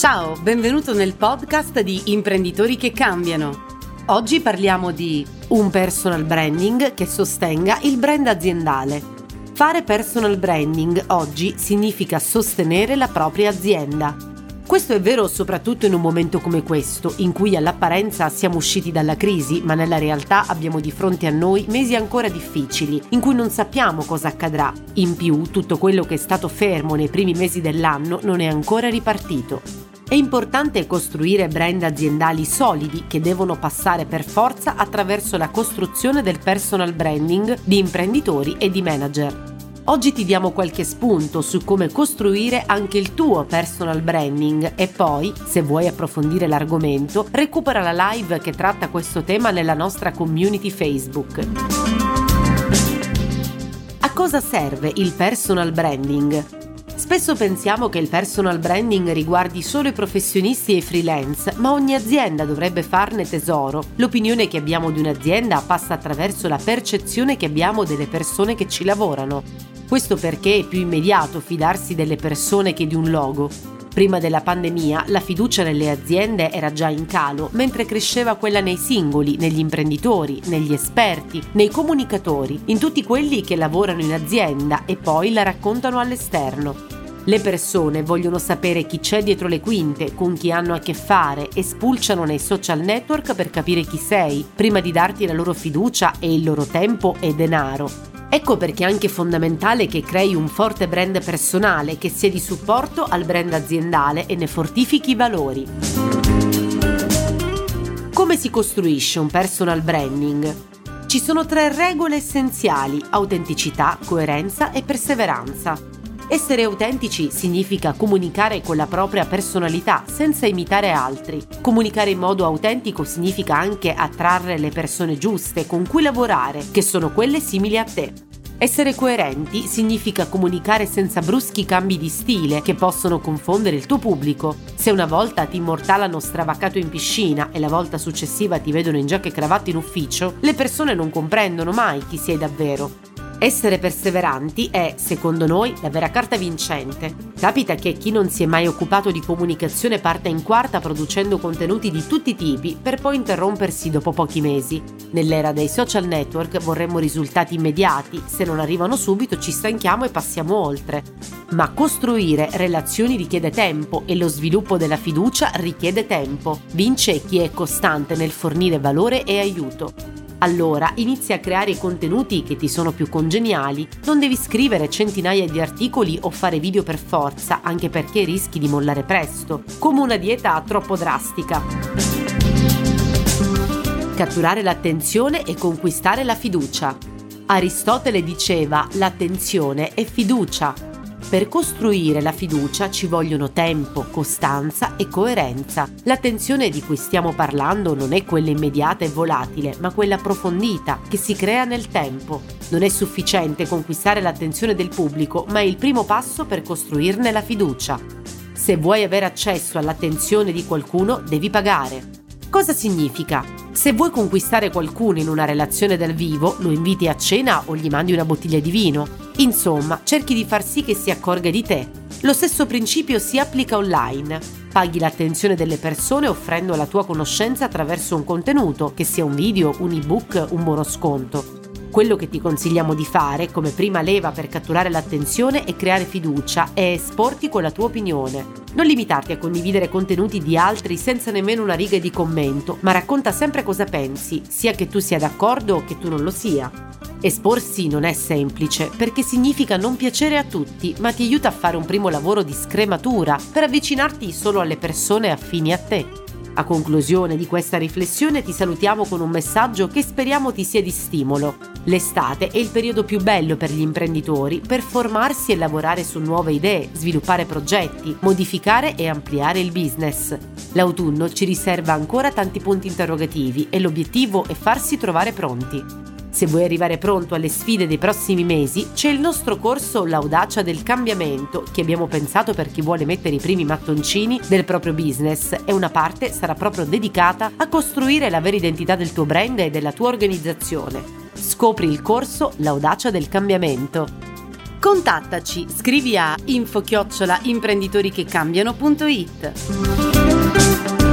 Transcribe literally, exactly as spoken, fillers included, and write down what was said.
Ciao, benvenuto nel podcast di Imprenditori che cambiano. Oggi parliamo di un personal branding che sostenga il brand aziendale. Fare personal branding oggi significa sostenere la propria azienda. Questo è vero soprattutto in un momento come questo, in cui all'apparenza siamo usciti dalla crisi, ma nella realtà abbiamo di fronte a noi mesi ancora difficili, in cui non sappiamo cosa accadrà. In più, tutto quello che è stato fermo nei primi mesi dell'anno non è ancora ripartito. È importante costruire brand aziendali solidi che devono passare per forza attraverso la costruzione del personal branding di imprenditori e di manager. Oggi ti diamo qualche spunto su come costruire anche il tuo personal branding e poi, se vuoi approfondire l'argomento, recupera la live che tratta questo tema nella nostra community Facebook. A cosa serve il personal branding? Spesso pensiamo che il personal branding riguardi solo i professionisti e i freelance, ma ogni azienda dovrebbe farne tesoro. L'opinione che abbiamo di un'azienda passa attraverso la percezione che abbiamo delle persone che ci lavorano. Questo perché è più immediato fidarsi delle persone che di un logo. Prima della pandemia la fiducia nelle aziende era già in calo, mentre cresceva quella nei singoli, negli imprenditori, negli esperti, nei comunicatori, in tutti quelli che lavorano in azienda e poi la raccontano all'esterno. Le persone vogliono sapere chi c'è dietro le quinte, con chi hanno a che fare e spulciano nei social network per capire chi sei, prima di darti la loro fiducia e il loro tempo e denaro. Ecco perché è anche fondamentale che crei un forte brand personale che sia di supporto al brand aziendale e ne fortifichi i valori. Come si costruisce un personal branding? Ci sono tre regole essenziali: autenticità, coerenza e perseveranza. Essere autentici significa comunicare con la propria personalità senza imitare altri. Comunicare in modo autentico significa anche attrarre le persone giuste con cui lavorare, che sono quelle simili a te. Essere coerenti significa comunicare senza bruschi cambi di stile che possono confondere il tuo pubblico. Se una volta ti immortalano stravaccato in piscina e la volta successiva ti vedono in giacca e cravatta in ufficio, le persone non comprendono mai chi sei davvero. Essere perseveranti è, secondo noi, la vera carta vincente. Capita che chi non si è mai occupato di comunicazione parta in quarta producendo contenuti di tutti i tipi per poi interrompersi dopo pochi mesi. Nell'era dei social network vorremmo risultati immediati, se non arrivano subito ci stanchiamo e passiamo oltre. Ma costruire relazioni richiede tempo e lo sviluppo della fiducia richiede tempo. Vince chi è costante nel fornire valore e aiuto. Allora inizia a creare contenuti che ti sono più congeniali. Non devi scrivere centinaia di articoli o fare video per forza, anche perché rischi di mollare presto, come una dieta troppo drastica. Catturare l'attenzione e conquistare la fiducia. Aristotele diceva: l'attenzione è fiducia. Per costruire la fiducia ci vogliono tempo, costanza e coerenza. L'attenzione di cui stiamo parlando non è quella immediata e volatile, ma quella approfondita, che si crea nel tempo. Non è sufficiente conquistare l'attenzione del pubblico, ma è il primo passo per costruirne la fiducia. Se vuoi avere accesso all'attenzione di qualcuno, devi pagare. Cosa significa? Se vuoi conquistare qualcuno in una relazione dal vivo, lo inviti a cena o gli mandi una bottiglia di vino. Insomma, cerchi di far sì che si accorga di te. Lo stesso principio si applica online. Paghi l'attenzione delle persone offrendo la tua conoscenza attraverso un contenuto, che sia un video, un ebook, un buono sconto. Quello che ti consigliamo di fare, come prima leva per catturare l'attenzione e creare fiducia, è esporti con la tua opinione. Non limitarti a condividere contenuti di altri senza nemmeno una riga di commento, ma racconta sempre cosa pensi, sia che tu sia d'accordo o che tu non lo sia. Esporsi non è semplice, perché significa non piacere a tutti, ma ti aiuta a fare un primo lavoro di scrematura per avvicinarti solo alle persone affini a te. A conclusione di questa riflessione ti salutiamo con un messaggio che speriamo ti sia di stimolo. L'estate è il periodo più bello per gli imprenditori per formarsi e lavorare su nuove idee, sviluppare progetti, modificare e ampliare il business. L'autunno ci riserva ancora tanti punti interrogativi e l'obiettivo è farsi trovare pronti. Se vuoi arrivare pronto alle sfide dei prossimi mesi, c'è il nostro corso L'audacia del cambiamento, che abbiamo pensato per chi vuole mettere i primi mattoncini del proprio business, e una parte sarà proprio dedicata a costruire la vera identità del tuo brand e della tua organizzazione. Scopri il corso L'audacia del cambiamento. Contattaci, scrivi a info chiocciola imprenditori che cambiano punto it.